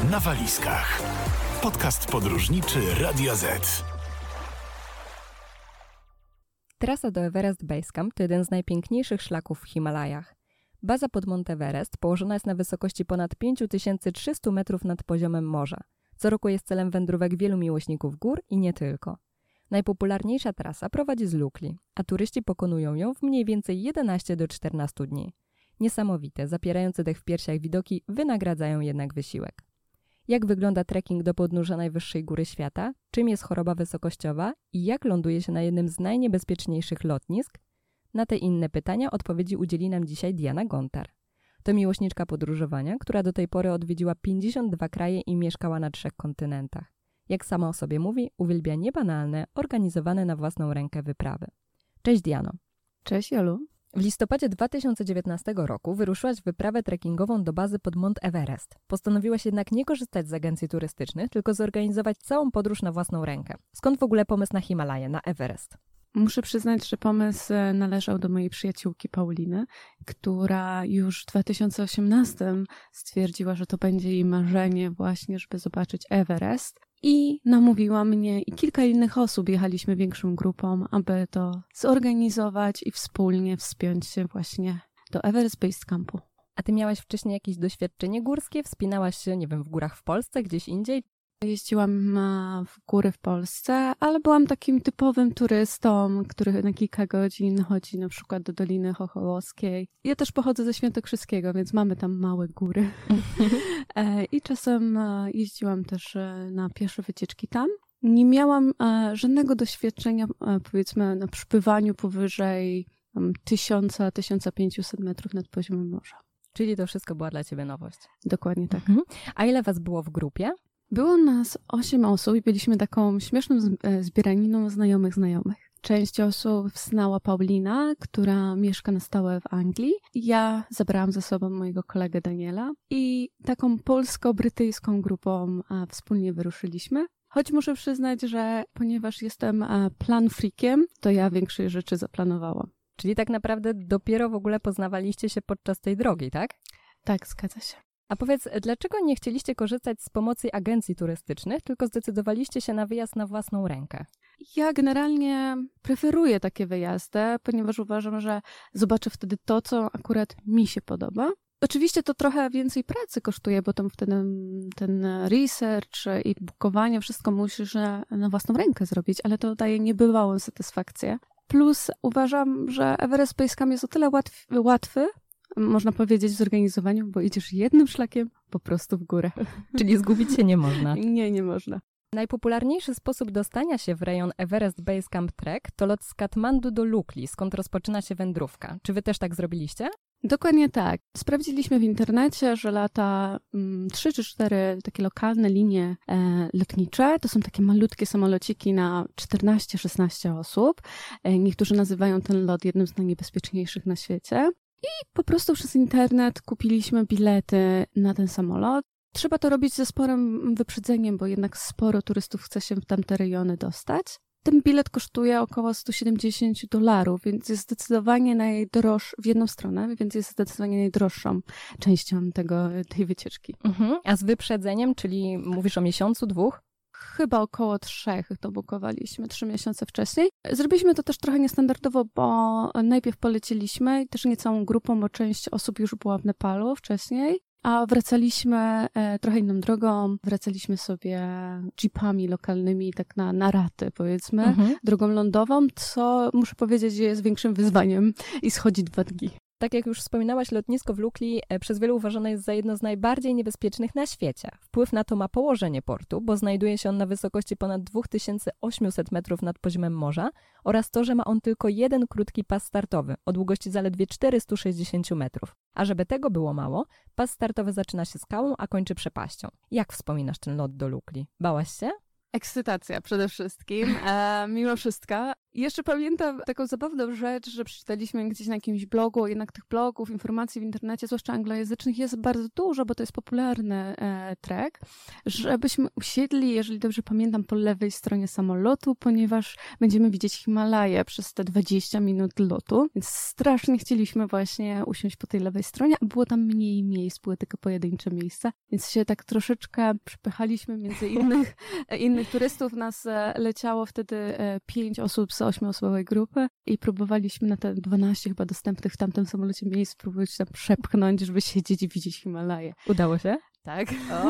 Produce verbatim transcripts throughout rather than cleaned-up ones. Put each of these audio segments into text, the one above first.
na walizkach. Podcast podróżniczy Radia Z. Trasa do Everest Base Camp to jeden z najpiękniejszych szlaków w Himalajach. Baza pod Mont Everest położona jest na wysokości ponad pięć tysięcy trzysta metrów nad poziomem morza. Co roku jest celem wędrówek wielu miłośników gór i nie tylko. Najpopularniejsza trasa prowadzi z Lukli, a turyści pokonują ją w mniej więcej jedenaście do czternastu dni. Niesamowite, zapierające dech w piersiach widoki wynagradzają jednak wysiłek. Jak wygląda trekking do podnóża najwyższej góry świata, czym jest choroba wysokościowa i jak ląduje się na jednym z najniebezpieczniejszych lotnisk? Na te inne pytania odpowiedzi udzieli nam dzisiaj Diana Gontar. To miłośniczka podróżowania, która do tej pory odwiedziła pięćdziesiąt dwa kraje i mieszkała na trzech kontynentach. Jak sama o sobie mówi, uwielbia niebanalne, organizowane na własną rękę wyprawy. Cześć Diano. Cześć Jolu. W listopadzie dwa tysiące dziewiętnastego roku wyruszyłaś w wyprawę trekkingową do bazy pod Mont Everest. Postanowiłaś jednak nie korzystać z agencji turystycznych, tylko zorganizować całą podróż na własną rękę. Skąd w ogóle pomysł na Himalaje, na Everest? Muszę przyznać, że pomysł należał do mojej przyjaciółki Pauliny, która już w dwa tysiące osiemnastym stwierdziła, że to będzie jej marzenie właśnie, żeby zobaczyć Everest. I namówiła mnie i kilka innych osób, jechaliśmy większą grupą, aby to zorganizować i wspólnie wspiąć się właśnie do Everest Base Campu. A ty miałaś wcześniej jakieś doświadczenie górskie? Wspinałaś się, nie wiem, w górach w Polsce, gdzieś indziej? Jeździłam w góry w Polsce, ale byłam takim typowym turystą, który na kilka godzin chodzi na przykład do Doliny Chochołowskiej. Ja też pochodzę ze Świętokrzyskiego, więc mamy tam małe góry. I czasem jeździłam też na piesze wycieczki tam. Nie miałam żadnego doświadczenia, powiedzmy, na przypływaniu powyżej tysiąc do tysiąca pięciuset metrów nad poziomem morza. Czyli to wszystko była dla ciebie nowość. Dokładnie tak. Mhm. A ile was było w grupie? Było nas osiem osób i byliśmy taką śmieszną zbieraniną znajomych znajomych. Część osób znała Paulina, która mieszka na stałe w Anglii. Ja zabrałam ze sobą mojego kolegę Daniela i taką polsko-brytyjską grupą wspólnie wyruszyliśmy. Choć muszę przyznać, że ponieważ jestem plan freakiem, to ja większej rzeczy zaplanowałam. Czyli tak naprawdę dopiero w ogóle poznawaliście się podczas tej drogi, tak? Tak, zgadza się. A powiedz, dlaczego nie chcieliście korzystać z pomocy agencji turystycznych, tylko zdecydowaliście się na wyjazd na własną rękę? Ja generalnie preferuję takie wyjazdy, ponieważ uważam, że zobaczę wtedy to, co akurat mi się podoba. Oczywiście to trochę więcej pracy kosztuje, bo tam wtedy ten research i bukowanie, wszystko musisz na własną rękę zrobić, ale to daje niebywałą satysfakcję. Plus uważam, że Everest Base Camp jest o tyle łatw, łatwy, można powiedzieć w zorganizowaniu, bo idziesz jednym szlakiem po prostu w górę. Czyli zgubić się nie można. Nie, nie można. Najpopularniejszy sposób dostania się w rejon Everest Base Camp Trek to lot z Katmandu do Lukli, skąd rozpoczyna się wędrówka. Czy wy też tak zrobiliście? Dokładnie tak. Sprawdziliśmy w internecie, że lata trzy czy cztery takie lokalne linie e, lotnicze, to są takie malutkie samolociki na czternaście szesnaście osób. E, niektórzy nazywają ten lot jednym z najniebezpieczniejszych na świecie. I po prostu przez internet kupiliśmy bilety na ten samolot. Trzeba to robić ze sporym wyprzedzeniem, bo jednak sporo turystów chce się w tamte rejony dostać. Ten bilet kosztuje około sto siedemdziesiąt dolarów, więc jest zdecydowanie najdroższy w jedną stronę, więc jest zdecydowanie najdroższą częścią tego, tej wycieczki. Mhm. A z wyprzedzeniem, czyli mówisz o miesiącu, dwóch? Chyba około trzech to bukowaliśmy, trzy miesiące wcześniej. Zrobiliśmy to też trochę niestandardowo, bo najpierw poleciliśmy, też nie całą grupą, bo część osób już była w Nepalu wcześniej, a wracaliśmy e, trochę inną drogą. Wracaliśmy sobie jeepami lokalnymi, tak na, na raty powiedzmy, mhm. drogą lądową, co muszę powiedzieć, że jest większym wyzwaniem i schodzi dwa dni. Tak jak już wspominałaś, lotnisko w Lukli przez wielu uważane jest za jedno z najbardziej niebezpiecznych na świecie. Wpływ na to ma położenie portu, bo znajduje się on na wysokości ponad dwa tysiące osiemset metrów nad poziomem morza oraz to, że ma on tylko jeden krótki pas startowy o długości zaledwie czterysta sześćdziesiąt metrów. A żeby tego było mało, pas startowy zaczyna się skałą, a kończy przepaścią. Jak wspominasz ten lot do Lukli? Bałaś się? Ekscytacja przede wszystkim, e, mimo wszystko. Jeszcze pamiętam taką zabawną rzecz, że przeczytaliśmy gdzieś na jakimś blogu, jednak tych blogów, informacji w internecie, zwłaszcza anglojęzycznych, jest bardzo dużo, bo to jest popularny e, trek, żebyśmy usiedli, jeżeli dobrze pamiętam, po lewej stronie samolotu, ponieważ będziemy widzieć Himalaje przez te dwadzieścia minut lotu, więc strasznie chcieliśmy właśnie usiąść po tej lewej stronie, a było tam mniej miejsc, były tylko pojedyncze miejsca, więc się tak troszeczkę przepychaliśmy między innych, innych turystów. Nas e, leciało wtedy e, pięć osób z ośmioosobowej grupy i próbowaliśmy na te dwanaście chyba dostępnych w tamtym samolocie miejsc próbować tam przepchnąć, żeby siedzieć i widzieć Himalaje. Udało się? Tak.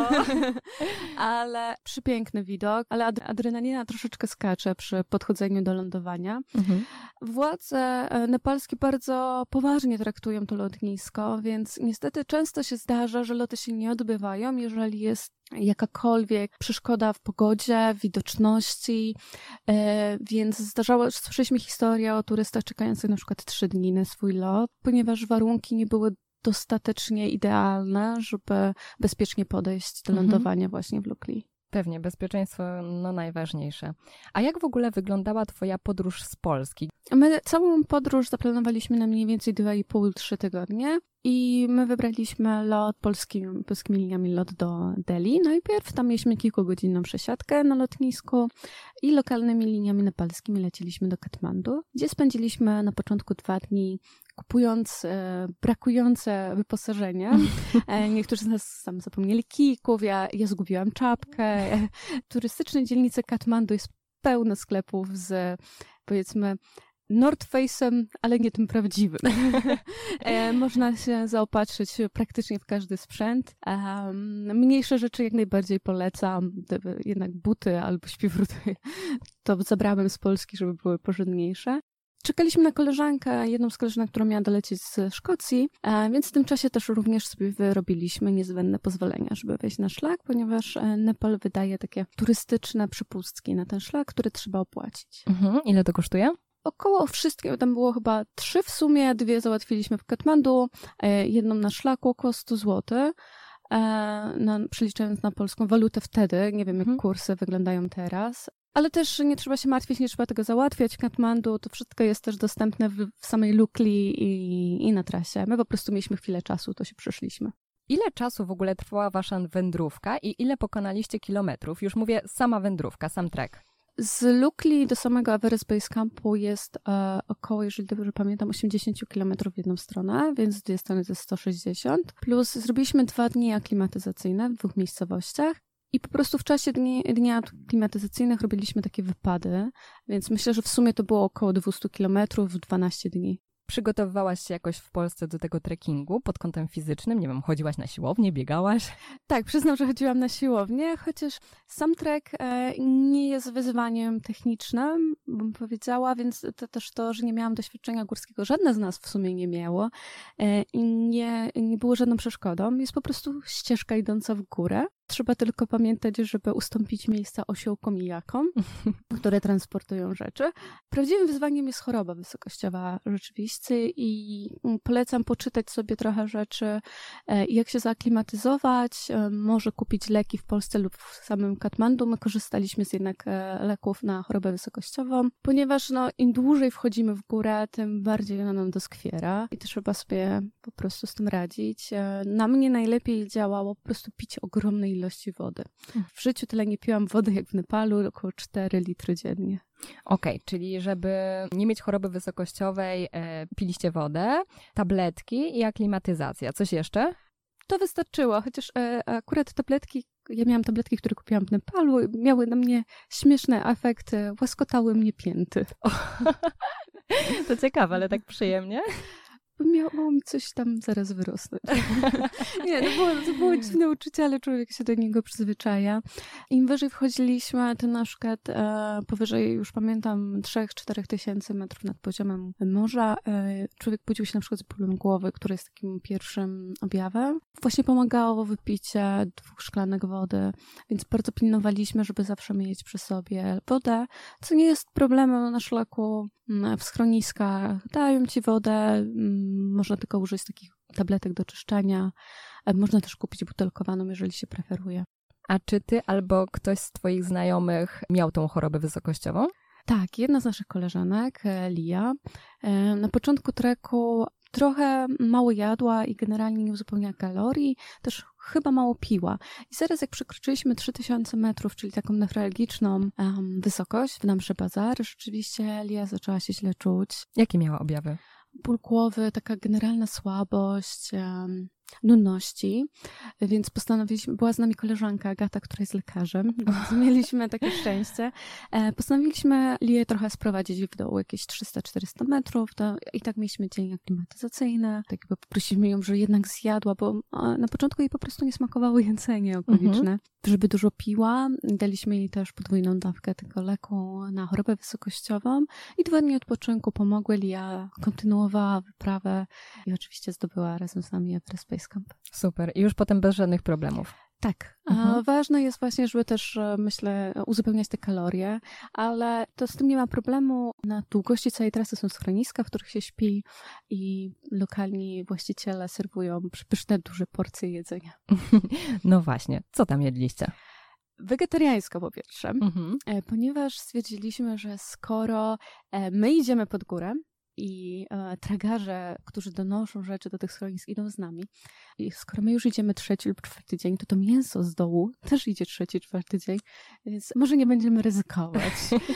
Ale przepiękny widok, ale ad- adrenalina troszeczkę skacze przy podchodzeniu do lądowania. Mhm. Władze nepalskie bardzo poważnie traktują to lotnisko, więc niestety często się zdarza, że loty się nie odbywają, jeżeli jest jakakolwiek przeszkoda w pogodzie, widoczności, e, więc zdarzało, słyszeliśmy historię o turystach czekających na przykład trzy dni na swój lot, ponieważ warunki nie były dostatecznie idealne, żeby bezpiecznie podejść do lądowania mhm. właśnie w Lukli. Pewnie, bezpieczeństwo no najważniejsze. A jak w ogóle wyglądała twoja podróż z Polski? My całą podróż zaplanowaliśmy na mniej więcej dwa i pół do trzech tygodnie i my wybraliśmy lot polskimi, polskimi liniami lot do Delhi. Najpierw tam mieliśmy kilkugodzinną przesiadkę na lotnisku i lokalnymi liniami nepalskimi leciliśmy do Katmandu, gdzie spędziliśmy na początku dwa dni kupując e, brakujące wyposażenie. E, niektórzy z nas tam zapomnieli kijków, ja, ja zgubiłam czapkę. E, turystyczne dzielnice Katmandu jest pełno sklepów z, powiedzmy, North Face'em, ale nie tym prawdziwym. e, można się zaopatrzyć praktycznie w każdy sprzęt. E, mniejsze rzeczy jak najbardziej polecam. Jednak buty albo śpiwóry to zabrałem z Polski, żeby były porządniejsze. Czekaliśmy na koleżankę, jedną z koleżanek, która miała dolecieć z Szkocji, więc w tym czasie też również sobie wyrobiliśmy niezbędne pozwolenia, żeby wejść na szlak, ponieważ Nepal wydaje takie turystyczne przepustki na ten szlak, które trzeba opłacić. Mhm. Ile to kosztuje? Około wszystkiego, tam było chyba trzy w sumie, dwie załatwiliśmy w Katmandu, jedną na szlaku około sto złotych. Na, przeliczając na polską walutę wtedy, nie wiem jak mhm. kursy wyglądają teraz. Ale też nie trzeba się martwić, nie trzeba tego załatwiać w Katmandu, to wszystko jest też dostępne w, w samej Lukli i, i na trasie. My po prostu mieliśmy chwilę czasu, to się przeszliśmy. Ile czasu w ogóle trwała wasza wędrówka i ile pokonaliście kilometrów? Już mówię, sama wędrówka, sam trek. Z Lukli do samego Everest Base Campu jest e, około, jeżeli dobrze pamiętam, osiemdziesiąt kilometrów w jedną stronę, więc z drugiej strony to jest sto sześćdziesiąt. Plus zrobiliśmy dwa dni aklimatyzacyjne w dwóch miejscowościach. I po prostu w czasie dni, dni aklimatyzacyjnych robiliśmy takie wypady, więc myślę, że w sumie to było około dwieście kilometrów w dwanaście dni. Przygotowywałaś się jakoś w Polsce do tego trekkingu pod kątem fizycznym? Nie wiem, chodziłaś na siłownię, biegałaś? Tak, przyznam, że chodziłam na siłownię, chociaż sam trek e, nie jest wyzwaniem technicznym, bym powiedziała, więc to też to, że nie miałam doświadczenia górskiego, żadne z nas w sumie nie miało e, i nie, nie było żadną przeszkodą. Jest po prostu ścieżka idąca w górę. Trzeba tylko pamiętać, żeby ustąpić miejsca osiołkom i jakom, które transportują rzeczy. Prawdziwym wyzwaniem jest choroba wysokościowa rzeczywiście i polecam poczytać sobie trochę rzeczy, jak się zaaklimatyzować, może kupić leki w Polsce lub w samym Katmandu. My korzystaliśmy z jednak leków na chorobę wysokościową, ponieważ no, im dłużej wchodzimy w górę, tym bardziej ona nam doskwiera i trzeba sobie po prostu z tym radzić. Na mnie najlepiej działało po prostu pić ogromnej ilości wody. W życiu tyle nie piłam wody jak w Nepalu, około cztery litry dziennie. Okej, okay, czyli żeby nie mieć choroby wysokościowej, e, piliście wodę, tabletki i aklimatyzacja. Coś jeszcze? To wystarczyło, chociaż e, akurat tabletki, ja miałam tabletki, które kupiłam w Nepalu, miały na mnie śmieszny efekt, łaskotały mnie pięty. To ciekawe, ale tak przyjemnie. Miało mi coś tam zaraz wyrosnąć. Nie, to było, to było dziwne uczucie, ale człowiek się do niego przyzwyczaja. Im wyżej wchodziliśmy, to na przykład e, powyżej, już pamiętam, trzy do czterech tysięcy metrów nad poziomem morza, e, człowiek budził się na przykład z bólem głowy, który jest takim pierwszym objawem. Właśnie pomagało wypicie dwóch szklanek wody, więc bardzo pilnowaliśmy, żeby zawsze mieć przy sobie wodę, co nie jest problemem na szlaku. W schroniskach dają ci wodę, można tylko użyć takich tabletek do czyszczenia. Można też kupić butelkowaną, jeżeli się preferuje. A czy ty albo ktoś z twoich znajomych miał tą chorobę wysokościową? Tak, jedna z naszych koleżanek, Lia, na początku treku trochę mało jadła i generalnie nie uzupełniała kalorii, też chyba mało piła. I zaraz jak przekroczyliśmy trzy tysiące metrów, czyli taką newralgiczną um, wysokość w Namsze Bazar, rzeczywiście Lia zaczęła się źle czuć. Jakie miała objawy? Ból głowy, taka generalna słabość, um, nudności, więc postanowiliśmy, była z nami koleżanka Agata, która jest lekarzem, więc mieliśmy takie szczęście. E, postanowiliśmy Lię trochę sprowadzić w dół, jakieś trzysta czterysta metrów, to i tak mieliśmy dzień aklimatyzacyjny, tak jakby poprosiliśmy ją, że jednak zjadła, bo na początku jej po prostu nie smakowało jedzenie okoliczne, mhm. żeby dużo piła. Daliśmy jej też podwójną dawkę tego leku na chorobę wysokościową i dwa dni odpoczynku pomogły. Lia kontynuowała wyprawę i oczywiście zdobyła razem z nami Everest Base Camp. Super. I już potem bez żadnych problemów. Tak. Mhm. A ważne jest właśnie, żeby też, myślę, uzupełniać te kalorie, ale to z tym nie ma problemu. Na długości całej trasy są schroniska, w których się śpi i lokalni właściciele serwują pyszne, duże porcje jedzenia. No właśnie. Co tam jedliście? Wegetariańsko po pierwsze, Mhm. ponieważ stwierdziliśmy, że skoro my idziemy pod górę, i e, tragarze, którzy donoszą rzeczy do tych schronisk, idą z nami. I skoro my już idziemy trzeci lub czwarty dzień, to to mięso z dołu też idzie trzeci, czwarty dzień, więc może nie będziemy ryzykować.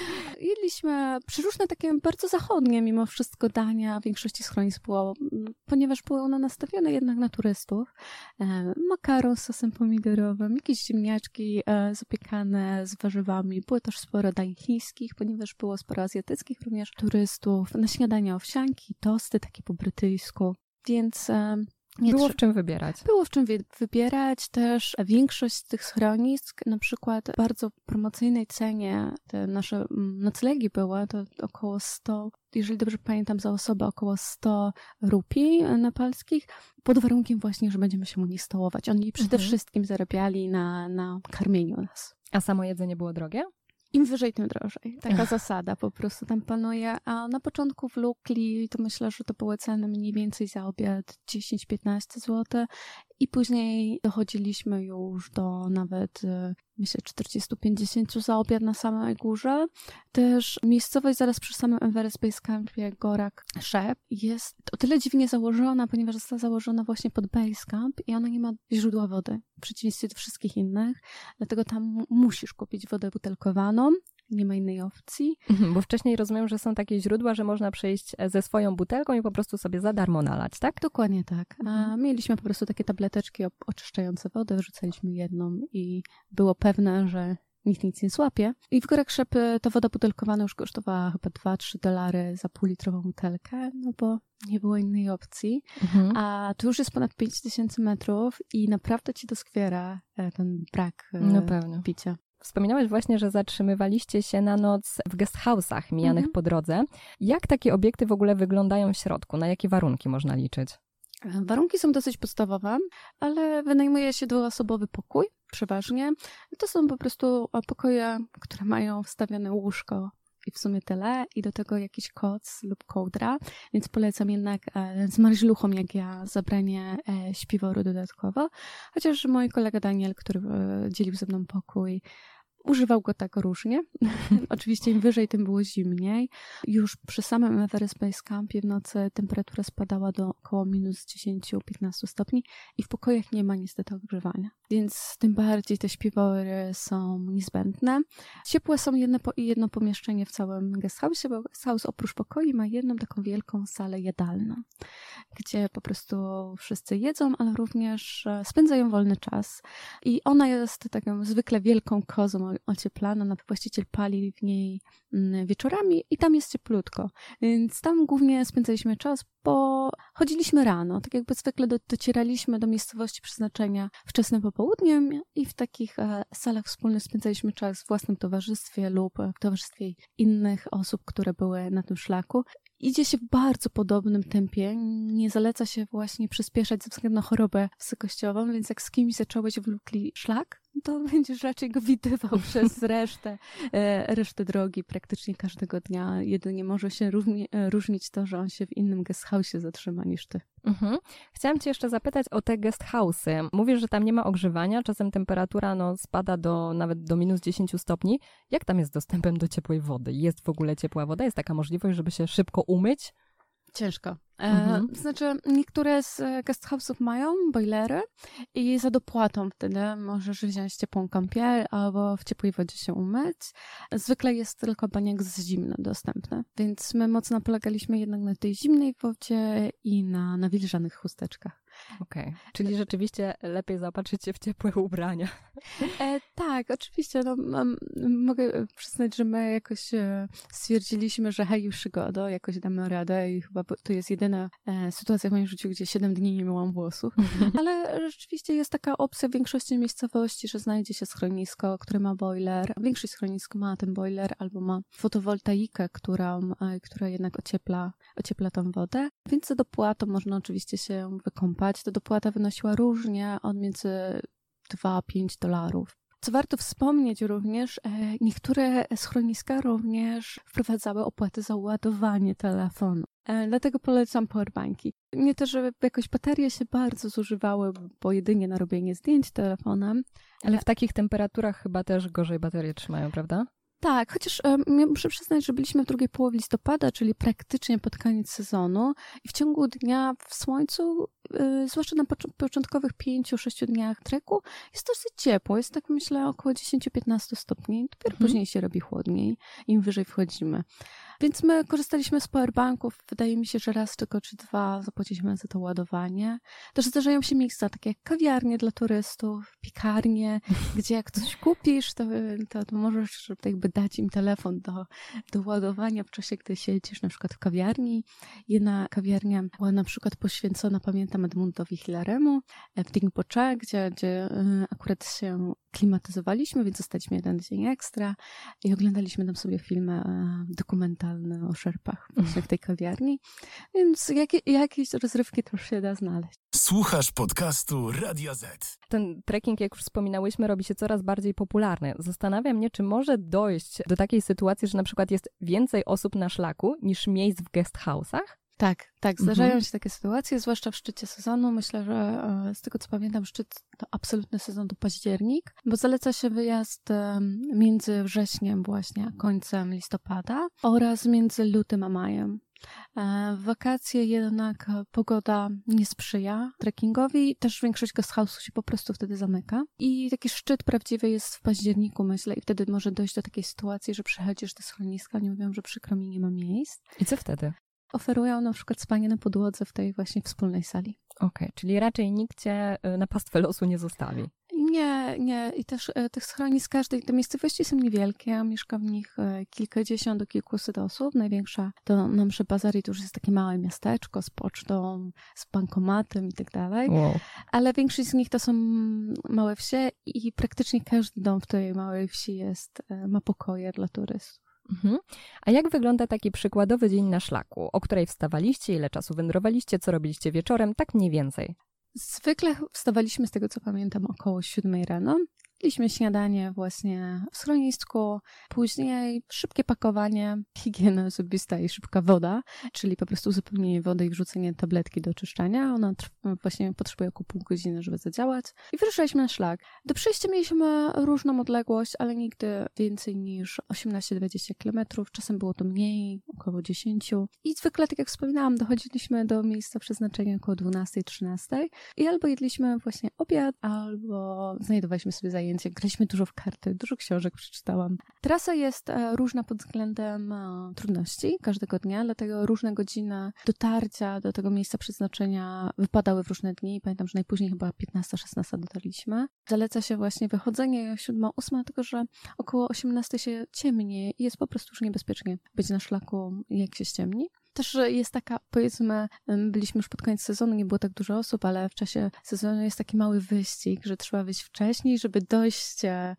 Jedliśmy przeróżne takie bardzo zachodnie mimo wszystko dania. W większości schronisk było, ponieważ były one nastawione jednak na turystów. E, makaron z sosem pomidorowym, jakieś ziemniaczki e, zapiekane z warzywami. Było też sporo dań chińskich, ponieważ było sporo azjatyckich również turystów. Na śniadanie owsianki, tosty takie po brytyjsku, więc e, nie było tr- w czym wybierać. Było w czym wy- wybierać. Też większość z tych schronisk, na przykład w bardzo promocyjnej cenie te nasze noclegi były, to około sto, jeżeli dobrze pamiętam, za osobę około sto rupii nepalskich, pod warunkiem właśnie, że będziemy się u nich stołować. Oni przede Mhm. wszystkim zarabiali na, na karmieniu nas. A samo jedzenie było drogie? Im wyżej, tym drożej. Taka zasada po prostu tam panuje. A na początku w Lukli to myślę, że to były ceny mniej więcej za obiad dziesięć piętnaście złotych i później dochodziliśmy już do nawet myślę czterdzieści pięćdziesiąt za obiad na samej górze. Też miejscowość zaraz przy samym Everest Base Campie, Gorak Szep, jest o tyle dziwnie założona, ponieważ została założona właśnie pod Base Camp i ona nie ma źródła wody, w przeciwieństwie do wszystkich innych. Dlatego tam musisz kupić wodę butelkowaną. Nie ma innej opcji. Mhm, bo wcześniej rozumiem, że są takie źródła, że można przyjść ze swoją butelką i po prostu sobie za darmo nalać, tak? Dokładnie tak. A Mhm. mieliśmy po prostu takie tableteczki oczyszczające wodę, wrzucaliśmy jedną i było pewne, że nikt nic nie złapie. I w Górach Szepy ta woda butelkowana już kosztowała chyba dwa trzy dolary za półlitrową butelkę, no bo nie było innej opcji. Mhm. A tu już jest ponad pięć tysięcy metrów i naprawdę ci doskwiera ten brak No pewnie. picia. Wspominałaś właśnie, że zatrzymywaliście się na noc w guest house'ach mijanych Mhm. po drodze. Jak takie obiekty w ogóle wyglądają w środku? Na jakie warunki można liczyć? Warunki są dosyć podstawowe, ale wynajmuje się dwuosobowy pokój, przeważnie. To są po prostu pokoje, które mają wstawione łóżko i w sumie tyle, i do tego jakiś koc lub kołdra, więc polecam jednak e, z marzluchą, jak ja, zabranie e, śpiworu dodatkowo. Chociaż mój kolega Daniel, który e, dzielił ze mną pokój, używał go tak różnie. Oczywiście im wyżej, tym było zimniej. Już przy samym Everest Base Campie w nocy temperatura spadała do około minus dziesięć do piętnastu stopni i w pokojach nie ma niestety ogrzewania. Więc tym bardziej te śpiwory są niezbędne. Ciepłe są jedno, po, jedno pomieszczenie w całym guest house, bo guest house oprócz pokoi ma jedną taką wielką salę jadalną, gdzie po prostu wszyscy jedzą, ale również spędzają wolny czas. I ona jest taką zwykle wielką kozą ocieplana, no, właściciel pali w niej wieczorami i tam jest cieplutko. Więc tam głównie spędzaliśmy czas, bo chodziliśmy rano. Tak jakby zwykle do, docieraliśmy do miejscowości przeznaczenia wczesnym popołudniem i w takich e, salach wspólnych spędzaliśmy czas w własnym towarzystwie lub w towarzystwie innych osób, które były na tym szlaku. Idzie się w bardzo podobnym tempie. Nie zaleca się właśnie przyspieszać ze względu na chorobę wysokościową, więc jak z kimś zacząłeś w Lukli szlak, to będziesz raczej go widywał przez resztę, resztę drogi praktycznie każdego dnia. Jedynie może się równi, różnić to, że on się w innym guest house'ie zatrzyma niż ty. Mhm. Chciałam cię jeszcze zapytać o te guest house'y. Mówisz, że tam nie ma ogrzewania, czasem temperatura no, spada do nawet do minus dziesięć stopni. Jak tam jest z dostępem do ciepłej wody? Jest w ogóle ciepła woda? Jest taka możliwość, żeby się szybko umyć? Ciężko. Mhm. E, znaczy, niektóre z guest house'ów mają bojlery i za dopłatą wtedy możesz wziąć ciepłą kąpiel albo w ciepłej wodzie się umyć. Zwykle jest tylko baniak z zimna dostępny, więc my mocno polegaliśmy jednak na tej zimnej wodzie i na nawilżanych chusteczkach. Okej, okay. Czyli rzeczywiście lepiej zaopatrzyć się w ciepłe ubrania. E, tak, oczywiście. No, mam, mogę przyznać, że my jakoś e, stwierdziliśmy, że hej, już przygoda, jakoś damy radę i chyba to jest jedyna e, sytuacja w moim życiu, gdzie siedem dni nie myłam włosów. Ale rzeczywiście jest taka opcja w większości miejscowości, że znajdzie się schronisko, które ma boiler. Większość schronisk ma ten boiler albo ma fotowoltaikę, która, e, która jednak ociepla, ociepla tą wodę. Więc za dopłatą można oczywiście się wykąpać. Ta dopłata wynosiła różnie od między dwa a pięć dolarów. Co warto wspomnieć również, niektóre schroniska również wprowadzały opłaty za ładowanie telefonu. Dlatego polecam powerbanki. Nie to, że jakoś baterie się bardzo zużywały, bo jedynie na robienie zdjęć telefonem. Ale w takich temperaturach chyba też gorzej baterie trzymają, prawda? Tak, chociaż um, ja muszę przyznać, że byliśmy w drugiej połowie listopada, czyli praktycznie pod koniec sezonu i w ciągu dnia w słońcu, yy, zwłaszcza na pocz- początkowych pięciu, sześciu dniach treku, jest dosyć ciepło, jest tak myślę około dziesięć do piętnastu stopni, dopiero mhm. później się robi chłodniej, im wyżej wchodzimy. Więc my korzystaliśmy z powerbanków, wydaje mi się, że raz tylko czy dwa zapłaciliśmy za to ładowanie. Też zdarzają się miejsca takie jak kawiarnie dla turystów, piekarnie, gdzie jak coś kupisz, to, to, to możesz jakby dać im telefon do, do ładowania w czasie, gdy siedzisz na przykład w kawiarni. Jedna kawiarnia była na przykład poświęcona, pamiętam, Edmundowi Hillaremu w Dingboche, gdzie, gdzie akurat się klimatyzowaliśmy, więc zostaliśmy jeden dzień ekstra i oglądaliśmy tam sobie filmy dokumentalne o szerpach właśnie w tej kawiarni, więc jakie, jakieś rozrywki też się da znaleźć. Słuchasz podcastu Radia Z. Ten trekking, jak już wspominałyśmy, robi się coraz bardziej popularny. Zastanawiam mnie, czy może dojść do takiej sytuacji, że na przykład jest więcej osób na szlaku niż miejsc w guest house'ach? Tak, tak, zdarzają mhm. się takie sytuacje, zwłaszcza w szczycie sezonu. Myślę, że z tego co pamiętam, szczyt to absolutny sezon to październik, bo zaleca się wyjazd między wrześniem właśnie a końcem listopada oraz między lutym a majem. W wakacje jednak pogoda nie sprzyja trekkingowi, też większość guest house'u się po prostu wtedy zamyka i taki szczyt prawdziwy jest w październiku, myślę, i wtedy może dojść do takiej sytuacji, że przychodzisz do schroniska, nie mówią, że przykro mi, nie ma miejsc. I co wtedy? Oferują na przykład spanie na podłodze w tej właśnie wspólnej sali. Okej, okay, czyli raczej nikt cię na pastwę losu nie zostawi. Nie, nie. I też e, tych schronisk każdej, te miejscowości są niewielkie, mieszka w nich e, kilkadziesiąt do kilkuset osób. Największa to na Mszy Bazar i to już jest takie małe miasteczko z pocztą, z bankomatem i tak dalej. Wow. Ale większość z nich to są małe wsie i praktycznie każdy dom w tej małej wsi jest, e, ma pokoje dla turystów. Mhm. A jak wygląda taki przykładowy dzień na szlaku? O której wstawaliście, ile czasu wędrowaliście, co robiliście wieczorem, tak mniej więcej? Zwykle wstawaliśmy, z tego co pamiętam, około siódmej rano. Jedliśmy śniadanie właśnie w schronisku, później szybkie pakowanie, higiena osobista i szybka woda, czyli po prostu uzupełnienie wody i wrzucenie tabletki do oczyszczania. Ona trwa, właśnie potrzebuje około pół godziny, żeby zadziałać. I wyruszaliśmy na szlak. Do przejścia mieliśmy różną odległość, ale nigdy więcej niż osiemnaście do dwudziestu kilometrów. Czasem było to mniej, około dziesięć. I zwykle, tak jak wspominałam, dochodziliśmy do miejsca przeznaczenia około dwunastej, trzynastej i albo jedliśmy właśnie obiad, albo znajdowaliśmy sobie zajęcie. Graliśmy dużo w karty, dużo książek przeczytałam. Trasa jest różna pod względem trudności każdego dnia, dlatego różne godziny dotarcia do tego miejsca przeznaczenia wypadały w różne dni. Pamiętam, że najpóźniej chyba piętnasta, szesnasta dotarliśmy. Zaleca się właśnie wychodzenie o siódma, ósma, tylko że około osiemnastej się ciemnie i jest po prostu już niebezpiecznie być na szlaku, jak się ściemni. Też jest taka, powiedzmy, byliśmy już pod koniec sezonu, nie było tak dużo osób, ale w czasie sezonu jest taki mały wyścig, że trzeba wyjść wcześniej, żeby dojść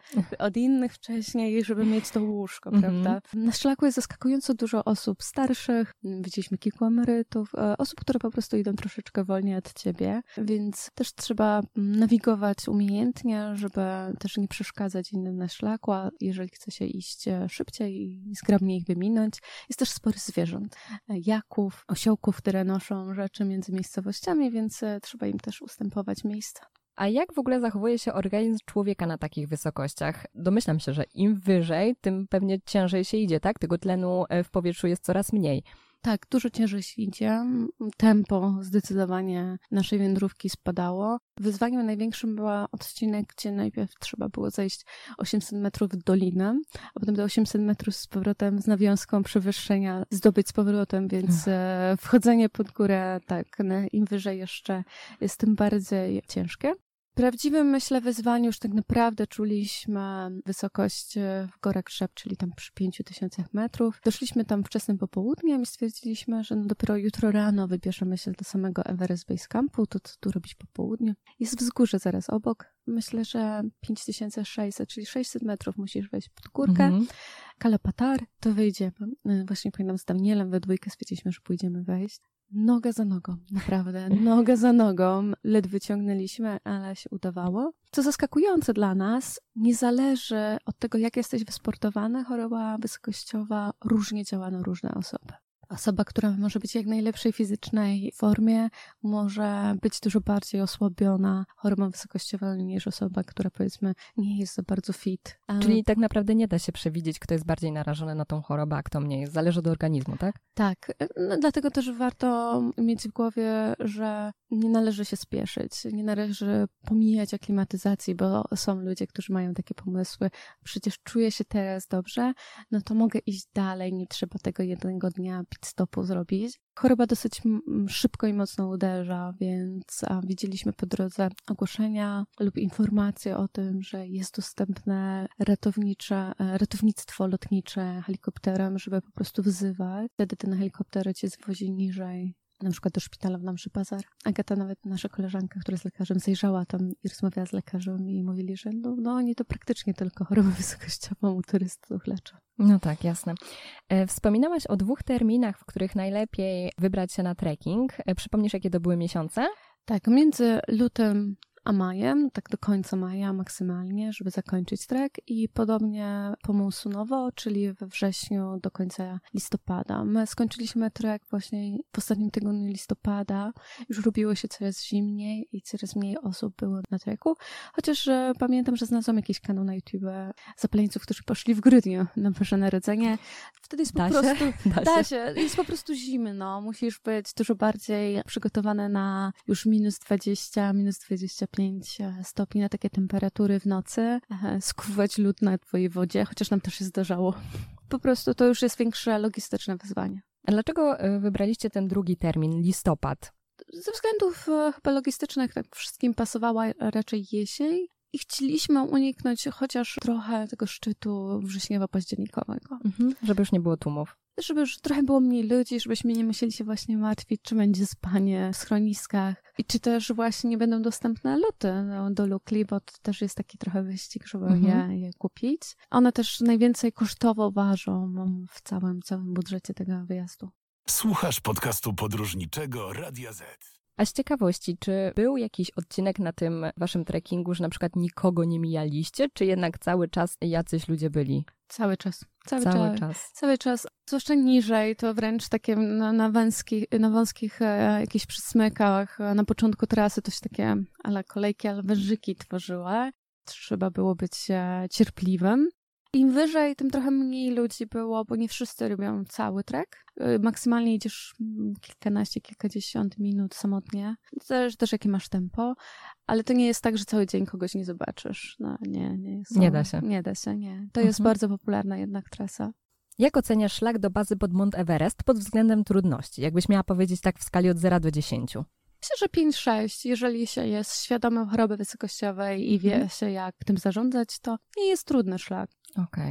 od innych wcześniej, żeby mieć to łóżko, mm-hmm. prawda? Na szlaku jest zaskakująco dużo osób starszych, widzieliśmy kilku emerytów, osób, które po prostu idą troszeczkę wolniej od ciebie, więc też trzeba nawigować umiejętnie, żeby też nie przeszkadzać innym na szlaku, a jeżeli chce się iść szybciej i zgrabnie ich wyminąć. Jest też spory zwierząt, jaków, osiołków, które noszą rzeczy między miejscowościami, więc trzeba im też ustępować miejsca. A jak w ogóle zachowuje się organizm człowieka na takich wysokościach? Domyślam się, że im wyżej, tym pewnie ciężej się idzie, tak? Tego tlenu w powietrzu jest coraz mniej. Tak, dużo ciężej się idzie. Tempo zdecydowanie naszej wędrówki spadało. Wyzwaniem największym był odcinek, gdzie najpierw trzeba było zejść osiemset metrów w dolinę, a potem te osiemset metrów z powrotem z nawiązką przewyższenia zdobyć z powrotem, więc hmm. wchodzenie pod górę, tak, im wyżej jeszcze jest tym bardziej ciężkie. W prawdziwym, myślę, wyzwaniu już tak naprawdę czuliśmy wysokość w Górach Krzep, czyli tam przy pięciu tysiącach metrów. Doszliśmy tam wczesnym popołudniem i stwierdziliśmy, że no dopiero jutro rano wybierzemy się do samego Everest Base Campu, to co tu robić po południu. Jest wzgórze zaraz obok. Myślę, że pięć tysięcy sześćset, czyli sześćset metrów musisz wejść pod górkę. Mm-hmm. Kalapatar, to wyjdziemy. Właśnie pamiętam z Danielem we dwójkę stwierdziliśmy, że pójdziemy wejść. Noga za nogą, naprawdę, noga za nogą, ledwie ciągnęliśmy, ale się udawało. Co zaskakujące dla nas, nie zależy od tego, jak jesteś wysportowany, choroba wysokościowa różnie działa na różne osoby. Osoba, która może być w jak najlepszej fizycznej formie, może być dużo bardziej osłabiona chorobą wysokościową niż osoba, która powiedzmy nie jest za bardzo fit. Czyli tak naprawdę nie da się przewidzieć, kto jest bardziej narażony na tą chorobę, a kto mniej. Zależy od organizmu, tak? Tak. No, dlatego też warto mieć w głowie, że nie należy się spieszyć, nie należy pomijać aklimatyzacji, bo są ludzie, którzy mają takie pomysły. Przecież czuję się teraz dobrze, no to mogę iść dalej, nie trzeba tego jednego dnia pit stopu zrobić. Choroba dosyć szybko i mocno uderza, więc a, widzieliśmy po drodze ogłoszenia lub informacje o tym, że jest dostępne ratownicze, ratownictwo lotnicze helikopterem, żeby po prostu wzywać. Wtedy ten helikopter cię zwozi niżej, na przykład do szpitala w Namszy Bazar. Agata, nawet nasza koleżanka, która jest lekarzem, zajrzała tam i rozmawiała z lekarzem i mówili, że no, no oni to praktycznie tylko chorobę wysokościową u turystów leczą. No tak, jasne. Wspominałaś o dwóch terminach, w których najlepiej wybrać się na trekking. Przypomnisz, jakie to były miesiące? Tak, między lutym a majem, tak do końca maja maksymalnie, żeby zakończyć trek i podobnie po monsunowo, czyli we wrześniu do końca listopada. My skończyliśmy trek właśnie w ostatnim tygodniu listopada, już robiło się coraz zimniej i coraz mniej osób było na treku, chociaż e, pamiętam, że znalazłam jakiś kanał na YouTube zapaleńców, którzy poszli w grudniu na Boże Narodzenie. Wtedy jest po da prostu... Się? Da, da się. się. Jest po prostu zimno. Musisz być dużo bardziej przygotowany na już minus dwadzieścia, minus dwadzieścia pięć stopni, na takie temperatury w nocy, skuwać lód na twojej wodzie, chociaż nam też się zdarzało. Po prostu to już jest większe logistyczne wyzwanie. A dlaczego wybraliście ten drugi termin, listopad? Ze względów chyba logistycznych tak wszystkim pasowała raczej jesień i chcieliśmy uniknąć chociaż trochę tego szczytu wrześniowo-październikowego. Mhm, żeby już nie było tłumów. Żeby już trochę było mniej ludzi, żebyśmy nie musieli się właśnie martwić, czy będzie spanie w schroniskach i czy też właśnie nie będą dostępne loty no, do Lukli, bo to też jest taki trochę wyścig, żeby mhm. je, je kupić. One też najwięcej kosztowo ważą w całym, całym budżecie tego wyjazdu. Słuchasz podcastu podróżniczego Radia Z. A z ciekawości, czy był jakiś odcinek na tym waszym trekkingu, że na przykład nikogo nie mijaliście, czy jednak cały czas jacyś ludzie byli? Cały czas. Cały, cały czas, czas. Cały czas. Zwłaszcza niżej, to wręcz takie na, na, wąskich, na wąskich e, jakichś przysmykach. Na początku trasy to się takie ale kolejki, ale wężyki tworzyły. Trzeba było być e, cierpliwym. Im wyżej, tym trochę mniej ludzi było, bo nie wszyscy robią cały trek. Maksymalnie idziesz kilkanaście, kilkadziesiąt minut samotnie. Zależy też, jakie masz tempo, ale to nie jest tak, że cały dzień kogoś nie zobaczysz. No, nie, nie, są, nie da się. Nie da się, nie. To mhm. jest bardzo popularna jednak trasa. Jak oceniasz szlak do bazy pod Mount Everest pod względem trudności? Jakbyś miała powiedzieć tak w skali od zera do dziesięciu? Myślę, że pięć sześć. Jeżeli się jest świadomym choroby wysokościowej i wie mhm. się, jak tym zarządzać, to nie jest trudny szlak. Okej. Okay.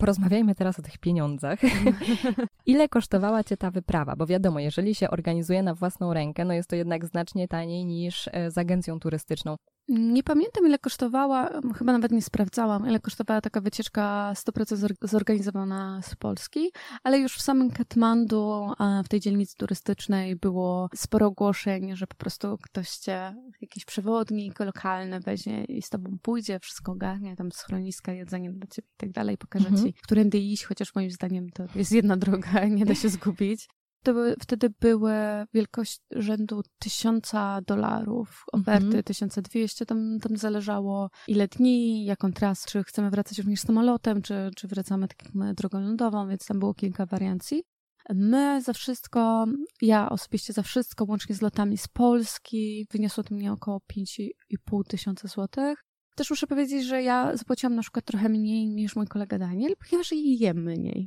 porozmawiajmy teraz o tych pieniądzach. Ile kosztowała cię ta wyprawa? Bo wiadomo, jeżeli się organizuje na własną rękę, no jest to jednak znacznie taniej niż z agencją turystyczną. Nie pamiętam, ile kosztowała, chyba nawet nie sprawdzałam, ile kosztowała taka wycieczka sto procent zorganizowana z Polski, ale już w samym Katmandu, w tej dzielnicy turystycznej było sporo ogłoszeń, że po prostu ktoś cię, jakiś przewodnik lokalny weźmie i z tobą pójdzie, wszystko ogarnie, tam schroniska, jedzenie dla ciebie i tak dalej, pokaże mhm. ci, którędy iść, chociaż moim zdaniem to jest jedna droga, nie da się zgubić. To były, wtedy były wielkość rzędu tysiąca dolarów, oferty mhm. tysiąc dwieście, tam, tam zależało ile dni, jaką trasę, czy chcemy wracać również samolotem, czy, czy wracamy taką drogą lądową, więc tam było kilka wariancji. My za wszystko, ja osobiście za wszystko, łącznie z lotami z Polski, wyniosło to mnie około pięć i pół tysiąca złotych. Też muszę powiedzieć, że ja zapłaciłam na przykład trochę mniej niż mój kolega Daniel, ponieważ jem mniej.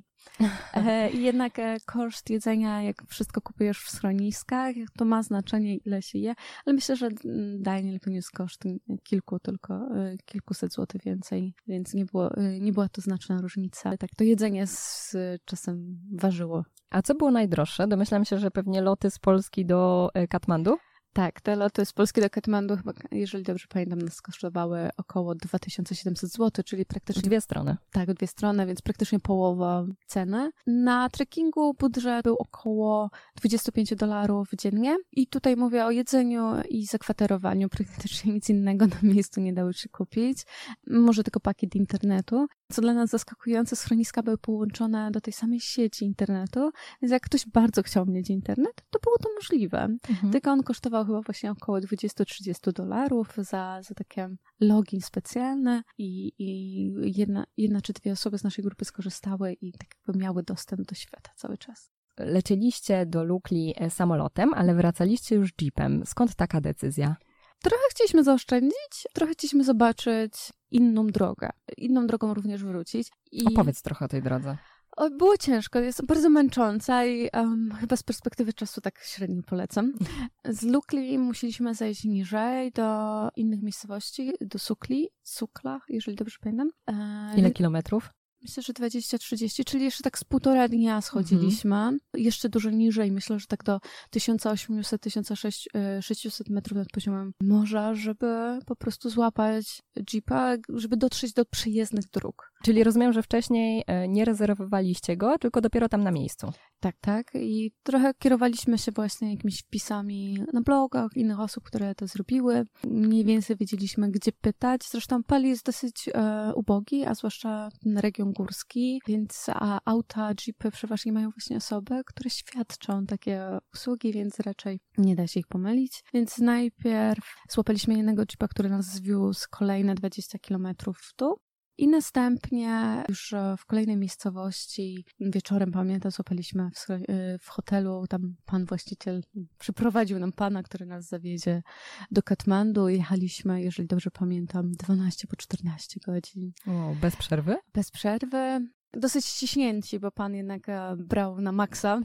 E, jednak e, koszt jedzenia, jak wszystko kupujesz w schroniskach, to ma znaczenie, ile się je, ale myślę, że Daniel poniósł koszt kilku, tylko e, kilkuset złotych więcej, więc nie, było, e, nie była to znaczna różnica. Ale tak, to jedzenie z, z czasem ważyło. A co było najdroższe? Domyślam się, że pewnie loty z Polski do Katmandu? Tak, te loty z Polski do Katmandu chyba, jeżeli dobrze pamiętam, nas kosztowały około dwa tysiące siedemset złotych, czyli praktycznie... Dwie strony. Tak, dwie strony, więc praktycznie połowa ceny. Na trekkingu budżet był około dwadzieścia pięć dolarów dziennie i tutaj mówię o jedzeniu i zakwaterowaniu. Praktycznie nic innego na miejscu nie dało się kupić. Może tylko pakiet internetu. Co dla nas zaskakujące, schroniska były połączone do tej samej sieci internetu, więc jak ktoś bardzo chciał mieć internet, to było to możliwe. Mhm. Tylko on kosztował chyba właśnie około dwadzieścia do trzydziestu dolarów za, za takie login specjalne i, i jedna, jedna czy dwie osoby z naszej grupy skorzystały i tak jakby miały dostęp do świata cały czas. Lecieliście do Lukli samolotem, ale wracaliście już jeepem. Skąd taka decyzja? Trochę chcieliśmy zaoszczędzić, trochę chcieliśmy zobaczyć inną drogę. Inną drogą również wrócić. I... Opowiedz trochę o tej drodze. O, było ciężko, jest bardzo męcząca i um, chyba z perspektywy czasu tak średnio polecam. Z Lukli musieliśmy zejść niżej do innych miejscowości, do Sukli, Sukla, jeżeli dobrze pamiętam. E, Ile kilometrów? Myślę, że dwadzieścia trzydzieści, czyli jeszcze tak z półtora dnia schodziliśmy. Mhm. Jeszcze dużo niżej, myślę, że tak do tysiąc osiemset do tysiąc sześciuset metrów nad poziomem morza, żeby po prostu złapać jeepa, żeby dotrzeć do przyjezdnych dróg. Czyli rozumiem, że wcześniej nie rezerwowaliście go, tylko dopiero tam na miejscu. Tak, tak. I trochę kierowaliśmy się właśnie jakimiś wpisami na blogach innych osób, które to zrobiły. Mniej więcej wiedzieliśmy, gdzie pytać. Zresztą Pali jest dosyć e, ubogi, a zwłaszcza ten region górski, więc a, auta, jeepy przeważnie mają właśnie osoby, które świadczą takie usługi, więc raczej nie da się ich pomylić. Więc najpierw złapaliśmy jednego jeepa, który nas zwiózł kolejne dwadzieścia kilometrów w dół. I następnie już w kolejnej miejscowości wieczorem, pamiętam, złapaliśmy w, w hotelu, tam pan właściciel przyprowadził nam pana, który nas zawiezie do Katmandu. Jechaliśmy, jeżeli dobrze pamiętam, dwanaście po czternaście godzin. O, bez przerwy? Bez przerwy. Dosyć ściśnięci, bo pan jednak brał na maksa.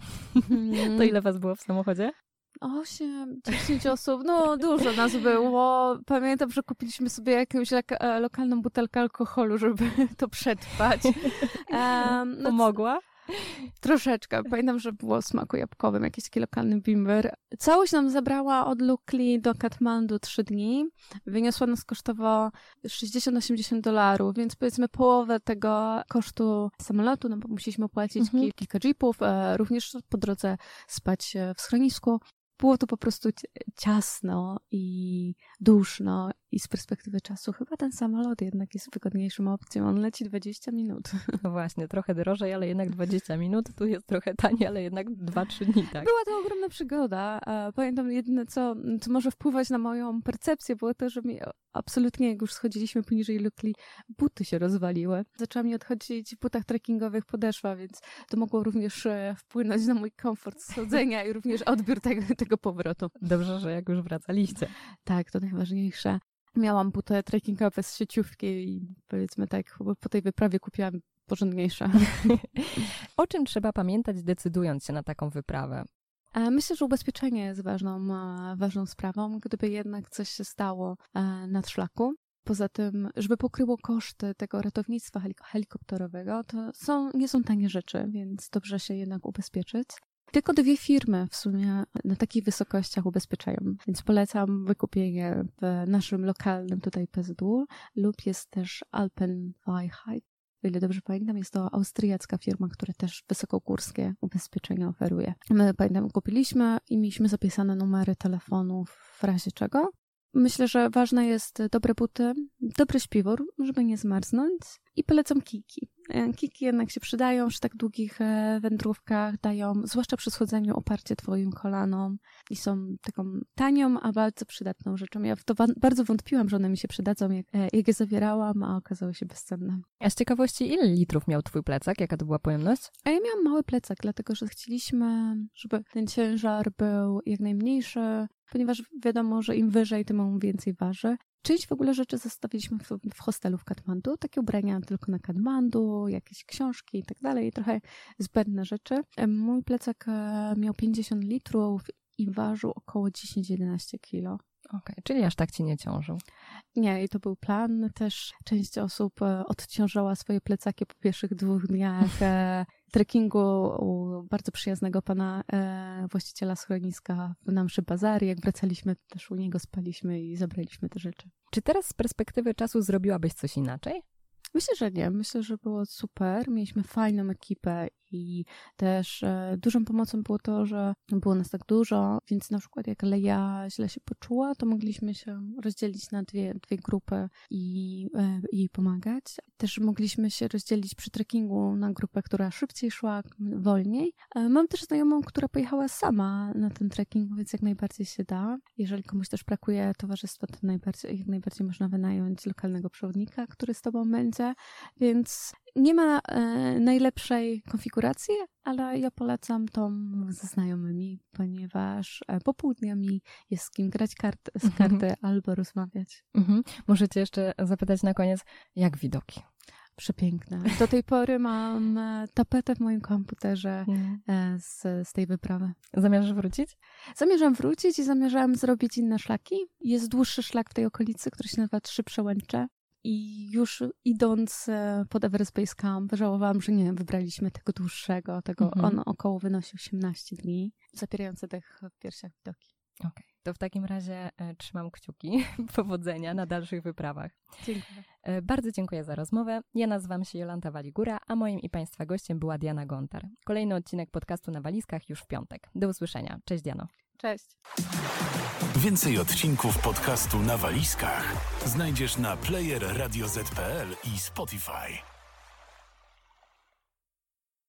To ile was było w samochodzie? Osiem, dziesięć osób, no dużo nas było. Pamiętam, że kupiliśmy sobie jakąś lo- lokalną butelkę alkoholu, żeby to przetrwać. Um, no, Pomogła? Troszeczkę. Pamiętam, że było o smaku jabłkowym, jakiś taki lokalny bimber. Całość nam zabrała od Lukli do Katmandu trzy dni. Wyniosła nas kosztowo sześćdziesiąt do osiemdziesięciu dolarów, więc powiedzmy połowę tego kosztu samolotu, no bo musieliśmy opłacić mhm. kil- kilka jeepów, e, również po drodze spać w schronisku. Było to po prostu ciasno i duszno i z perspektywy czasu chyba ten samolot jednak jest wygodniejszą opcją. On leci dwadzieścia minut. No właśnie, trochę drożej, ale jednak dwadzieścia minut. Tu jest trochę taniej, ale jednak dwa trzy dni, tak? Była to ogromna przygoda. Pamiętam jedyne, co, co może wpływać na moją percepcję, było to, że mi absolutnie, jak już schodziliśmy poniżej Lukli, buty się rozwaliły. Zaczęła mi odchodzić w butach trekkingowych podeszwa, więc to mogło również wpłynąć na mój komfort schodzenia i również odbiór tego, tego powrotu. Dobrze, że jak już wracaliście. Tak, to najważniejsze. Miałam buty trekkingowe z sieciówki i powiedzmy tak, po tej wyprawie kupiłam porządniejsze. O czym trzeba pamiętać, decydując się na taką wyprawę? Myślę, że ubezpieczenie jest ważną, ważną sprawą, gdyby jednak coś się stało na szlaku. Poza tym, żeby pokryło koszty tego ratownictwa helik- helikopterowego, to są, nie są tanie rzeczy, więc dobrze się jednak ubezpieczyć. Tylko dwie firmy w sumie na takich wysokościach ubezpieczają, więc polecam wykupienie w naszym lokalnym tutaj P Z U lub jest też Alpenfreiheit. O ile dobrze pamiętam, jest to austriacka firma, która też wysokogórskie ubezpieczenia oferuje. My, pamiętam, kupiliśmy i mieliśmy zapisane numery telefonów w razie czego. Myślę, że ważne jest dobre buty, dobry śpiwór, żeby nie zmarznąć i polecam kijki. Kijki jednak się przydają przy tak długich wędrówkach, dają, zwłaszcza przy schodzeniu, oparcie twoim kolanom i są taką tanią, a bardzo przydatną rzeczą. Ja w to bardzo wątpiłam, że one mi się przydadzą, jak, jak je zawierałam, a okazało się bezcenne. A z ciekawości, ile litrów miał twój plecak? Jaka to była pojemność? A ja miałam mały plecak, dlatego że chcieliśmy, żeby ten ciężar był jak najmniejszy, ponieważ wiadomo, że im wyżej, tym on więcej waży. Część w ogóle rzeczy zostawiliśmy w, w hostelu w Katmandu, takie ubrania tylko na Katmandu, jakieś książki i tak dalej, trochę zbędne rzeczy. Mój plecak miał pięćdziesiąt litrów i ważył około dziesięć do jedenastu kilo. Okej, okay, czyli aż tak ci nie ciążył. Nie, i to był plan. Też część osób odciążała swoje plecaki po pierwszych dwóch dniach e, trekkingu u bardzo przyjaznego pana e, właściciela schroniska w Namszy Bazar. Jak wracaliśmy, też u niego spaliśmy i zabraliśmy te rzeczy. Czy teraz z perspektywy czasu zrobiłabyś coś inaczej? Myślę, że nie. Myślę, że było super. Mieliśmy fajną ekipę i też e, dużą pomocą było to, że było nas tak dużo, więc na przykład jak Leja źle się poczuła, to mogliśmy się rozdzielić na dwie, dwie grupy i e, jej pomagać. Też mogliśmy się rozdzielić przy trekkingu na grupę, która szybciej szła, wolniej. E, mam też znajomą, która pojechała sama na ten trekking, więc jak najbardziej się da. Jeżeli komuś też brakuje towarzystwa, to najbardziej, jak najbardziej można wynająć lokalnego przewodnika, który z tobą będzie. Więc nie ma e, najlepszej konfiguracji, ale ja polecam tą ze znajomymi, ponieważ e, popołudniami jest z kim grać kart, z karty mhm. albo rozmawiać. Mhm. Muszę cię jeszcze zapytać na koniec, jak widoki? Przepiękne. Do tej pory mam tapetę w moim komputerze mhm. z, z tej wyprawy. Zamierzasz wrócić? Zamierzam wrócić i zamierzam zrobić inne szlaki. Jest dłuższy szlak w tej okolicy, który się nazywa Trzy Przełęcze. I już idąc pod Everest Base Camp, żałowałam, że nie wybraliśmy tego dłuższego, tego mhm. on około wynosi osiemnaście dni, zapierające dech w piersiach widoki. Okej, okay. To w takim razie e, trzymam kciuki, powodzenia na dalszych wyprawach. Dziękuję. E, bardzo dziękuję za rozmowę. Ja nazywam się Jolanta Waligura, a moim i Państwa gościem była Diana Gontar. Kolejny odcinek podcastu Na Walizkach już w piątek. Do usłyszenia. Cześć, Diano. Cześć. Więcej odcinków podcastu Na Walizkach znajdziesz na player radio zet kropka pe el i Spotify.